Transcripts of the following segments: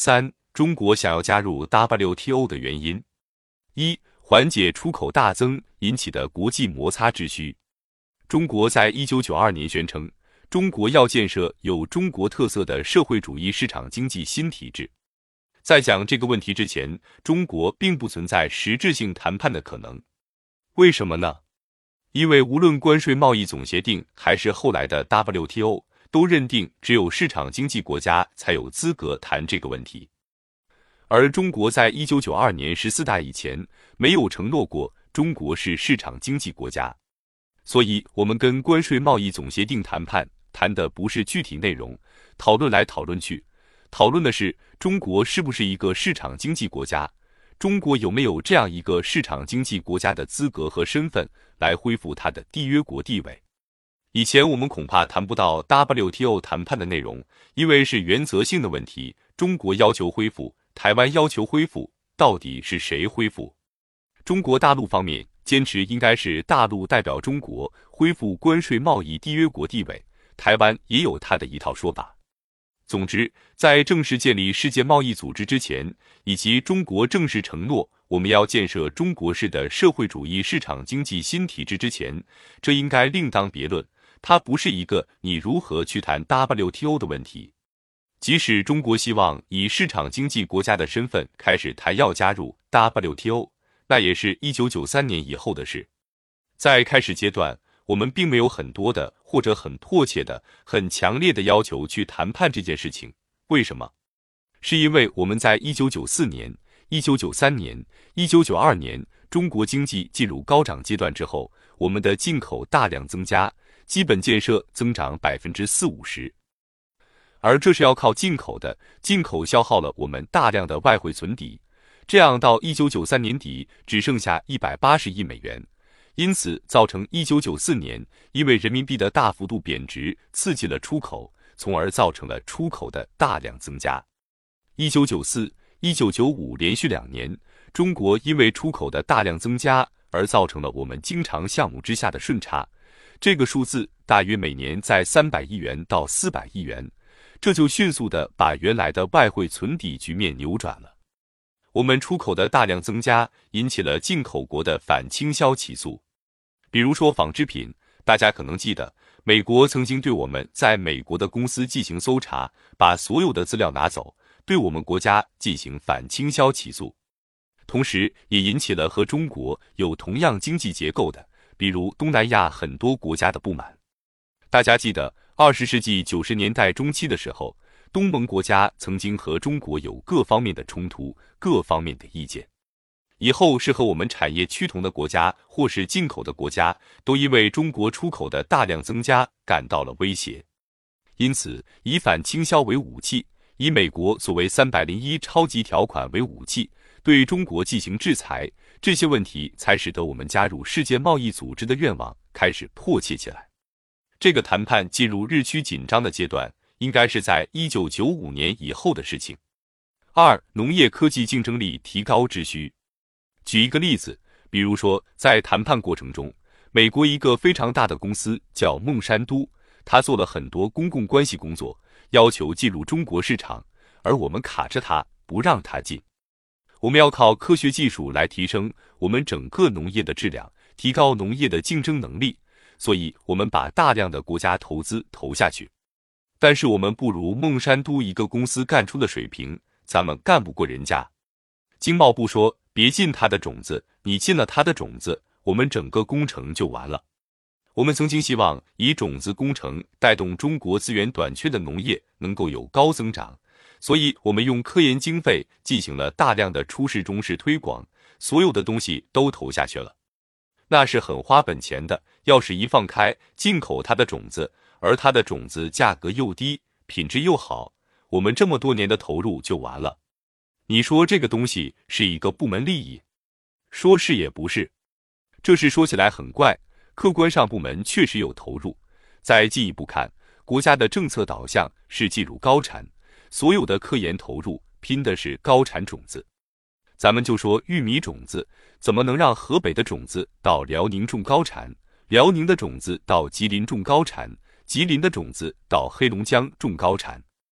三、中国想要加入 WTO 的原因。一、缓解出口大增引起的国际摩擦之需。中国在1992年宣称，中国要建设有中国特色的社会主义市场经济新体制。在讲这个问题之前，中国并不存在实质性谈判的可能。为什么呢？因为无论关税贸易总协定还是后来的 WTO， 都认定只有市场经济国家才有资格谈这个问题。而中国在1992年14大以前没有承诺过中国是市场经济国家，所以我们跟关税贸易总协定谈判，谈的不是具体内容，讨论来讨论去，讨论的是中国是不是一个市场经济国家，中国有没有这样一个市场经济国家的资格和身份来恢复它的缔约国地位。以前我们恐怕谈不到 WTO 谈判的内容，因为是原则性的问题，中国要求恢复，台湾要求恢复，到底是谁恢复？中国大陆方面坚持应该是大陆代表中国恢复关税贸易缔约国地位，台湾也有他的一套说法。总之，在正式建立世界贸易组织之前，以及中国正式承诺我们要建设中国式的社会主义市场经济新体制之前，这应该另当别论，它不是一个你如何去谈 WTO 的问题。即使中国希望以市场经济国家的身份开始谈要加入 WTO， 那也是1993年以后的事。在开始阶段，我们并没有很多的或者很迫切的、很强烈的要求去谈判这件事情。为什么？是因为我们在1994年、1993年、1992年中国经济进入高涨阶段之后，我们的进口大量增加，基本建设增长40-50%。而这是要靠进口的，进口消耗了我们大量的外汇存底，这样到1993年底只剩下180亿美元。因此造成1994年因为人民币的大幅度贬值刺激了出口，从而造成了出口的大量增加。1994、1995连续2年，中国因为出口的大量增加而造成了我们经常项目之下的顺差，这个数字大约每年在300亿元到400亿元，这就迅速地把原来的外汇存底局面扭转了。我们出口的大量增加引起了进口国的反倾销起诉。比如说纺织品，大家可能记得，美国曾经对我们在美国的公司进行搜查，把所有的资料拿走，对我们国家进行反倾销起诉。同时也引起了和中国有同样经济结构的，比如东南亚很多国家的不满。大家记得20世纪90年代中期的时候，东盟国家曾经和中国有各方面的冲突，各方面的意见。以后是和我们产业趋同的国家或是进口的国家，都因为中国出口的大量增加感到了威胁。因此，以反倾销为武器，以美国所谓301超级条款为武器，对中国进行制裁，这些问题才使得我们加入世界贸易组织的愿望开始迫切起来。这个谈判进入日趋紧张的阶段，应该是在1995年以后的事情。二、农业科技竞争力提高之需。举一个例子，比如说在谈判过程中，美国一个非常大的公司叫孟山都，他做了很多公共关系工作，要求进入中国市场，而我们卡着他，不让他进。我们要靠科学技术来提升我们整个农业的质量，提高农业的竞争能力，所以我们把大量的国家投资投下去。但是我们不如孟山都一个公司干出的水平，咱们干不过人家。经贸部说，别进他的种子，你进了他的种子，我们整个工程就完了。我们曾经希望以种子工程带动中国资源短缺的农业能够有高增长，所以我们用科研经费进行了大量的初试中试推广，所有的东西都投下去了。那是很花本钱的，要是一放开进口它的种子，而它的种子价格又低，品质又好，我们这么多年的投入就完了。你说这个东西是一个部门利益？说是也不是。这事说起来很怪，客观上部门确实有投入。再进一步看，国家的政策导向是进入高产，所有的科研投入拼的是高产种子。咱们就说玉米种子，怎么能让河北的种子到辽宁种高产，辽宁的种子到吉林种高产，吉林的种子到黑龙江种高产？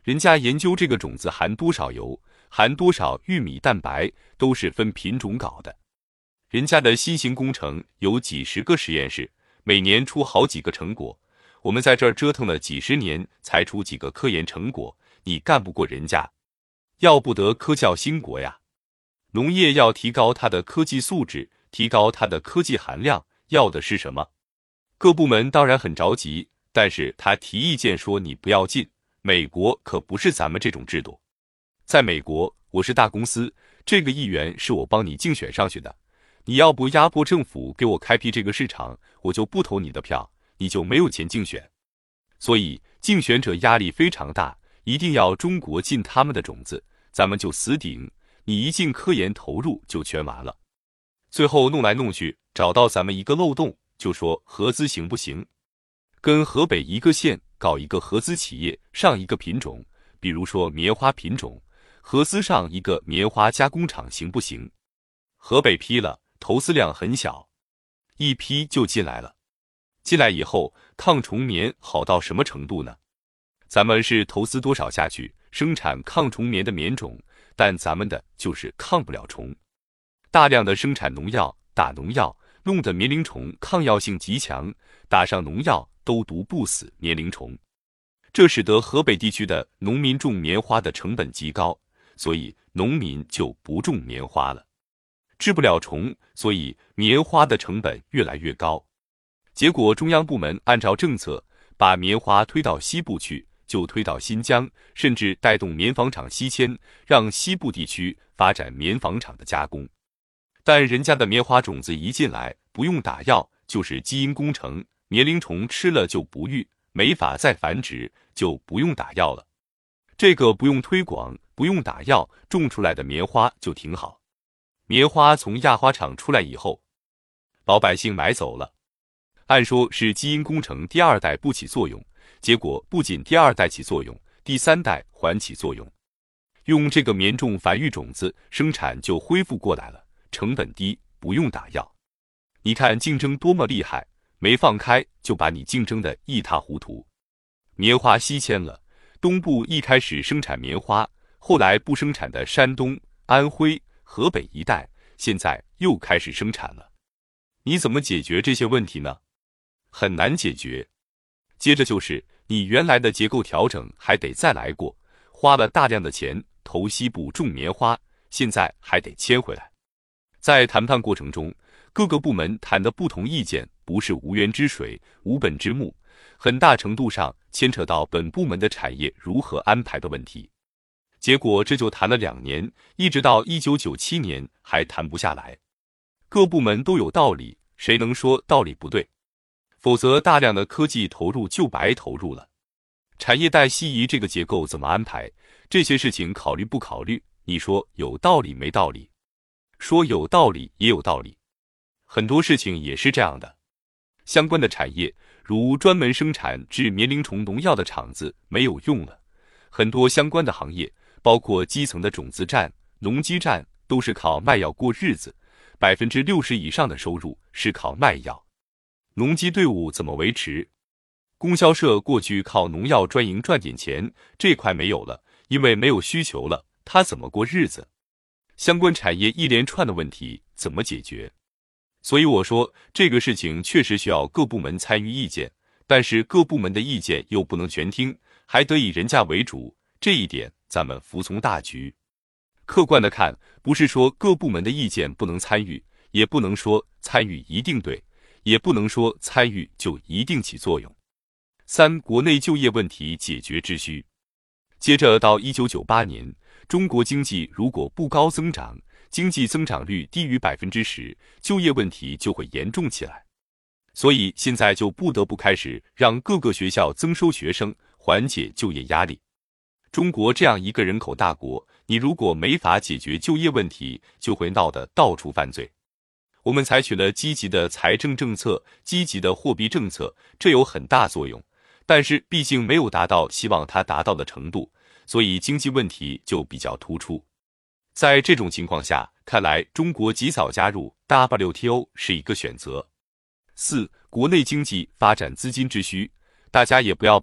人家研究这个种子含多少油，含多少玉米蛋白，都是分品种搞的。人家的新型工程有几十个实验室，每年出好几个成果。我们在这儿折腾了几十年，才出几个科研成果，你干不过人家。要不得科教兴国呀！农业要提高它的科技素质，提高它的科技含量，要的是什么？各部门当然很着急，但是他提意见说你不要进。美国可不是咱们这种制度。在美国，我是大公司，这个议员是我帮你竞选上去的，你要不压迫政府给我开辟这个市场，我就不投你的票，你就没有钱竞选。所以竞选者压力非常大，一定要中国进他们的种子，咱们就死顶，你一进科研投入就全完了。最后弄来弄去，找到咱们一个漏洞，就说合资行不行？跟河北一个县搞一个合资企业，上一个品种，比如说棉花品种，合资上一个棉花加工厂行不行？河北批了，投资量很小，一批就进来了。进来以后，抗虫棉好到什么程度呢？咱们是投资多少下去，生产抗虫棉的棉种，但咱们的就是抗不了虫。大量的生产农药，打农药，弄得棉铃虫抗药性极强，打上农药都毒不死棉铃虫。这使得河北地区的农民种棉花的成本极高，所以农民就不种棉花了。治不了虫，所以棉花的成本越来越高。结果中央部门按照政策，把棉花推到西部去，就推到新疆，甚至带动棉纺厂西迁，让西部地区发展棉纺厂的加工。但人家的棉花种子一进来，不用打药，就是基因工程，棉铃虫吃了就不育，没法再繁殖，就不用打药了。这个不用推广，不用打药，种出来的棉花就挺好。棉花从压花厂出来以后，老百姓买走了。按说是基因工程第二代不起作用，结果不仅第二代起作用，第三代还起作用。用这个棉种繁育种子，生产就恢复过来了，成本低，不用打药。你看竞争多么厉害，没放开就把你竞争的一塌糊涂。棉花西迁了，东部一开始生产棉花，后来不生产的山东、安徽、河北一带，现在又开始生产了。你怎么解决这些问题呢？很难解决。接着就是你原来的结构调整还得再来过，花了大量的钱投西部种棉花，现在还得迁回来。在谈判过程中，各个部门谈的不同意见不是无源之水、无本之木，很大程度上牵扯到本部门的产业如何安排的问题。结果这就谈了2年，一直到1997年还谈不下来。各部门都有道理，谁能说道理不对？否则大量的科技投入就白投入了。产业带西移这个结构怎么安排？这些事情考虑不考虑？你说有道理没道理？说有道理也有道理。很多事情也是这样的。相关的产业，如专门生产治棉铃虫农药的厂子没有用了，很多相关的行业，包括基层的种子站、农机站，都是靠卖药过日子，60%以上的收入是靠卖药。农机队伍怎么维持？供销社过去靠农药专营赚点钱，这块没有了，因为没有需求了，他怎么过日子？相关产业一连串的问题怎么解决？所以我说这个事情确实需要各部门参与意见，但是各部门的意见又不能全听，还得以人家为主，这一点咱们服从大局。客观的看，不是说各部门的意见不能参与，也不能说参与一定对，也不能说参与就一定起作用。3、国内就业问题解决之需。接着到1998年，中国经济如果不高增长，经济增长率低于10%，就业问题就会严重起来。所以现在就不得不开始让各个学校增收学生，缓解就业压力。中国这样一个人口大国，你如果没法解决就业问题，就会闹得到处犯罪。我们采取了积极的财政政策、积极的货币政策，这有很大作用，但是毕竟没有达到希望它达到的程度，所以经济问题就比较突出。在这种情况下，看来中国及早加入 WTO 是一个选择。4、国内经济发展资金之需，大家也不要把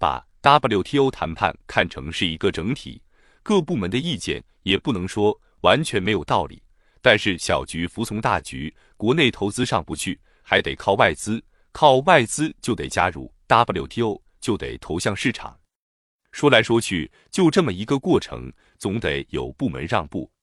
WTO 谈判看成是一个整体，各部门的意见也不能说完全没有道理。但是小局服从大局，国内投资上不去，还得靠外资，靠外资就得加入 WTO， 就得投向市场。说来说去，就这么一个过程，总得有部门让步，